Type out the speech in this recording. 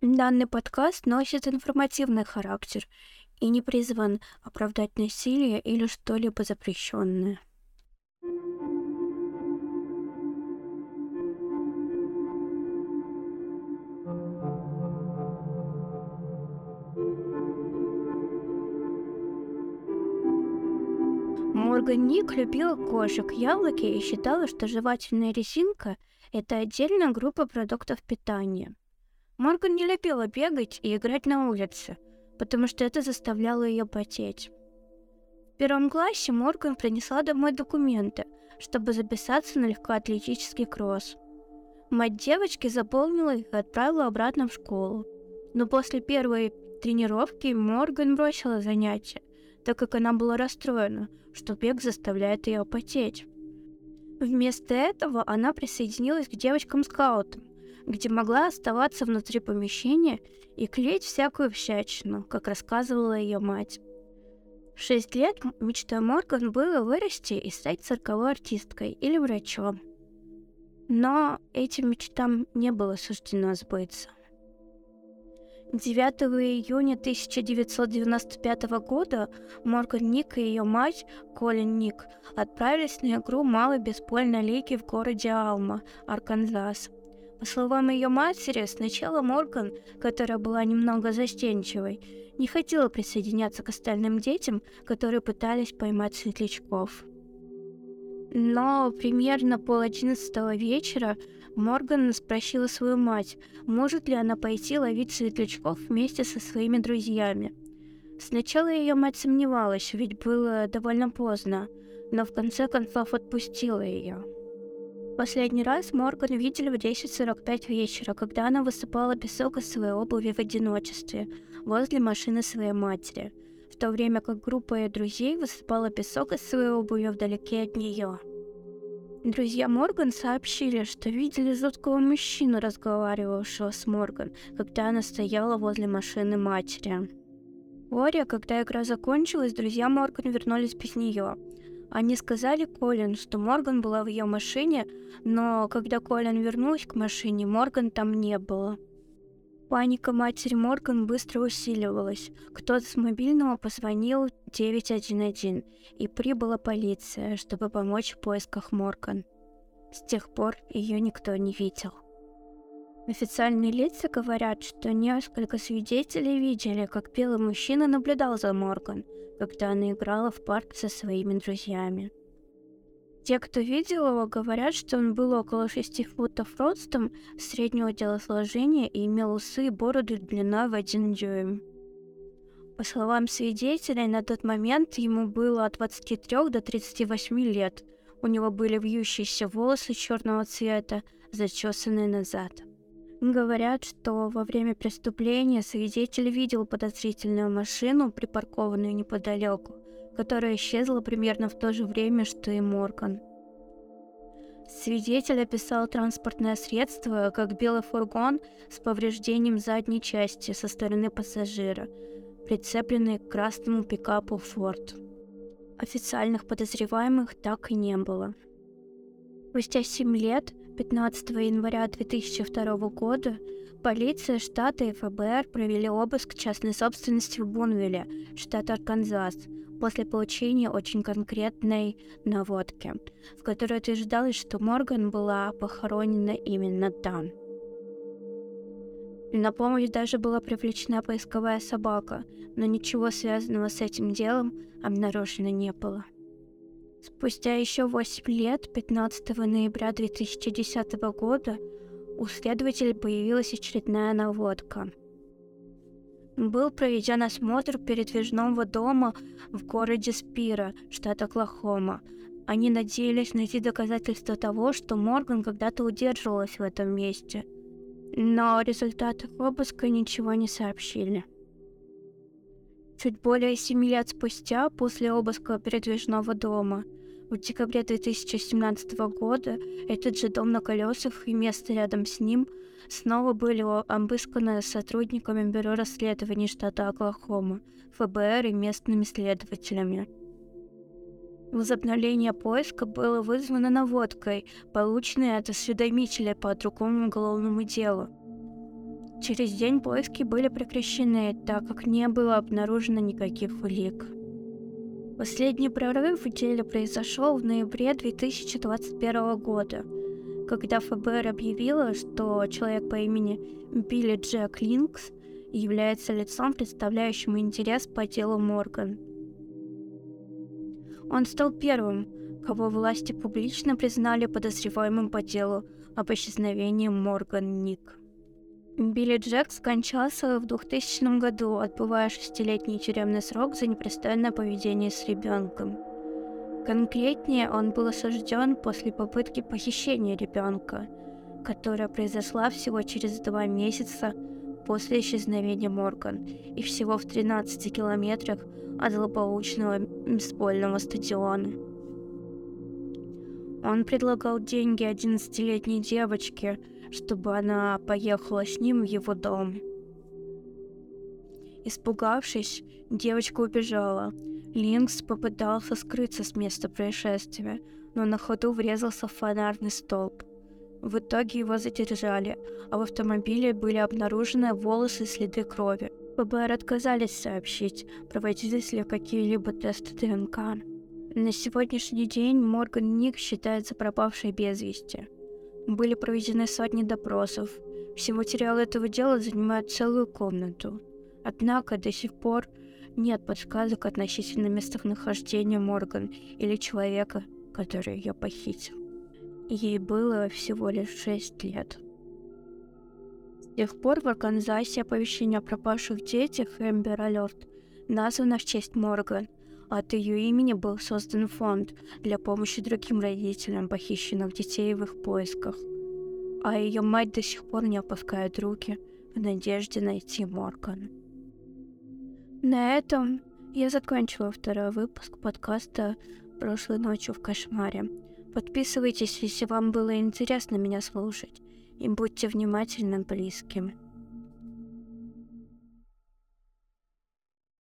Данный подкаст носит информативный характер и не призван оправдать насилие или что-либо запрещенное. Морган Ник любила кошек, яблоки и считала, что жевательная резинка – это отдельная группа продуктов питания. Морган не любила бегать и играть на улице, потому что это заставляло ее потеть. В 1 классе Морган принесла домой документы, чтобы записаться на легкоатлетический кросс. Мать девочки заполнила их и отправила обратно в школу. Но после первой тренировки Морган бросила занятия, так как она была расстроена, что бег заставляет ее потеть. Вместо этого она присоединилась к девочкам-скаутам, где могла оставаться внутри помещения и клеить всякую всячину, как рассказывала ее мать. В 6 лет мечтой Морган было вырасти и стать цирковой артисткой или врачом. Но этим мечтам не было суждено сбыться. 9 июня 1995 года Морган Ник и ее мать, Колин Ник, отправились на игру малой бейсбольной лиги в городе Алма, Арканзас. По словам ее матери, сначала Морган, которая была немного застенчивой, не хотела присоединяться к остальным детям, которые пытались поймать светлячков. Но примерно 10:30 вечера Морган спросила свою мать, может ли она пойти ловить светлячков вместе со своими друзьями. Сначала ее мать сомневалась, ведь было довольно поздно, но в конце концов отпустила ее. Последний раз Морган видели в 10:45 вечера, когда она высыпала песок из своей обуви в одиночестве возле машины своей матери, в то время как группа ее друзей высыпала песок из своей обуви вдалеке от нее. Друзья Морган сообщили, что видели жуткого мужчину, разговаривавшего с Морган, когда она стояла возле машины матери. Вскоре, когда игра закончилась, друзья Морган вернулись без нее. Они сказали Колин, что Морган была в ее машине, но когда Колин вернулась к машине, Морган там не было. Паника матери Морган быстро усиливалась. Кто-то с мобильного позвонил 911, и прибыла полиция, чтобы помочь в поисках Морган. С тех пор ее никто не видел. Официальные лица говорят, что несколько свидетелей видели, как белый мужчина наблюдал за Морган, когда она играла в парк со своими друзьями. Те, кто видел его, говорят, что он был около 6 футов ростом, среднего телосложения и имел усы и бороду длиной в 1 дюйм. По словам свидетелей, на тот момент ему было от 23 до 38 лет. У него были вьющиеся волосы черного цвета, зачесанные назад. Говорят, что во время преступления свидетель видел подозрительную машину, припаркованную неподалеку, которая исчезла примерно в то же время, что и Морган. Свидетель описал транспортное средство как белый фургон с повреждением задней части со стороны пассажира, прицепленный к красному пикапу Ford. Официальных подозреваемых так и не было. Спустя 7 лет, 15 января 2002 года, полиция штата и ФБР провели обыск частной собственности в Бунвилле, штат Арканзас, после получения очень конкретной наводки, в которой утверждалось, что Морган была похоронена именно там. На помощь даже была привлечена поисковая собака, но ничего связанного с этим делом обнаружено не было. Спустя еще 8 лет, 15 ноября 2010 года, у следователей появилась очередная наводка. Был проведен осмотр передвижного дома в городе Спира, штат Оклахома. Они надеялись найти доказательства того, что Морган когда-то удерживалась в этом месте. Но результаты обыска ничего не сообщили. Чуть более 7 лет спустя, после обыска передвижного дома, в декабре 2017 года, этот же дом на колесах и место рядом с ним снова были обысканы сотрудниками Бюро расследований штата Оклахома, ФБР и местными следователями. Возобновление поиска было вызвано наводкой, полученной от осведомителя по другому уголовному делу. Через день поиски были прекращены, так как не было обнаружено никаких улик. Последний прорыв в деле произошел в ноябре 2021 года, когда ФБР объявило, что человек по имени Билли Джек Линкс является лицом, представляющим интерес по делу Морган. Он стал первым, кого власти публично признали подозреваемым по делу об исчезновении Морган Ник. Билли Джек скончался в 2000 году, отбывая 6-летний тюремный срок за непристойное поведение с ребенком. Конкретнее, он был осужден после попытки похищения ребенка, которая произошла всего через 2 месяца после исчезновения Морган и всего в 13 километрах от злополучного бейсбольного стадиона. Он предлагал деньги 11-летней девочке, чтобы она поехала с ним в его дом. Испугавшись, девочка убежала. Линкс попытался скрыться с места происшествия, но на ходу врезался в фонарный столб. В итоге его задержали, а в автомобиле были обнаружены волосы и следы крови. ФБР отказались сообщить, проводились ли какие-либо тесты ДНК. На сегодняшний день Морган Ник считается пропавшей без вести. Были проведены сотни допросов. Все материалы этого дела занимают целую комнату. Однако до сих пор нет подсказок относительно местонахождения Морган или человека, который ее похитил. Ей было всего лишь 6 лет. С тех пор в Арканзасе оповещение о пропавших детях Amber Alert названо в честь Морган. От ее имени был создан фонд для помощи другим родителям похищенных детей в их поисках. А ее мать до сих пор не опускает руки в надежде найти Морган. На этом я закончила 2-й выпуск подкаста «Прошлой ночью в кошмаре». Подписывайтесь, если вам было интересно меня слушать, и будьте внимательны к близким.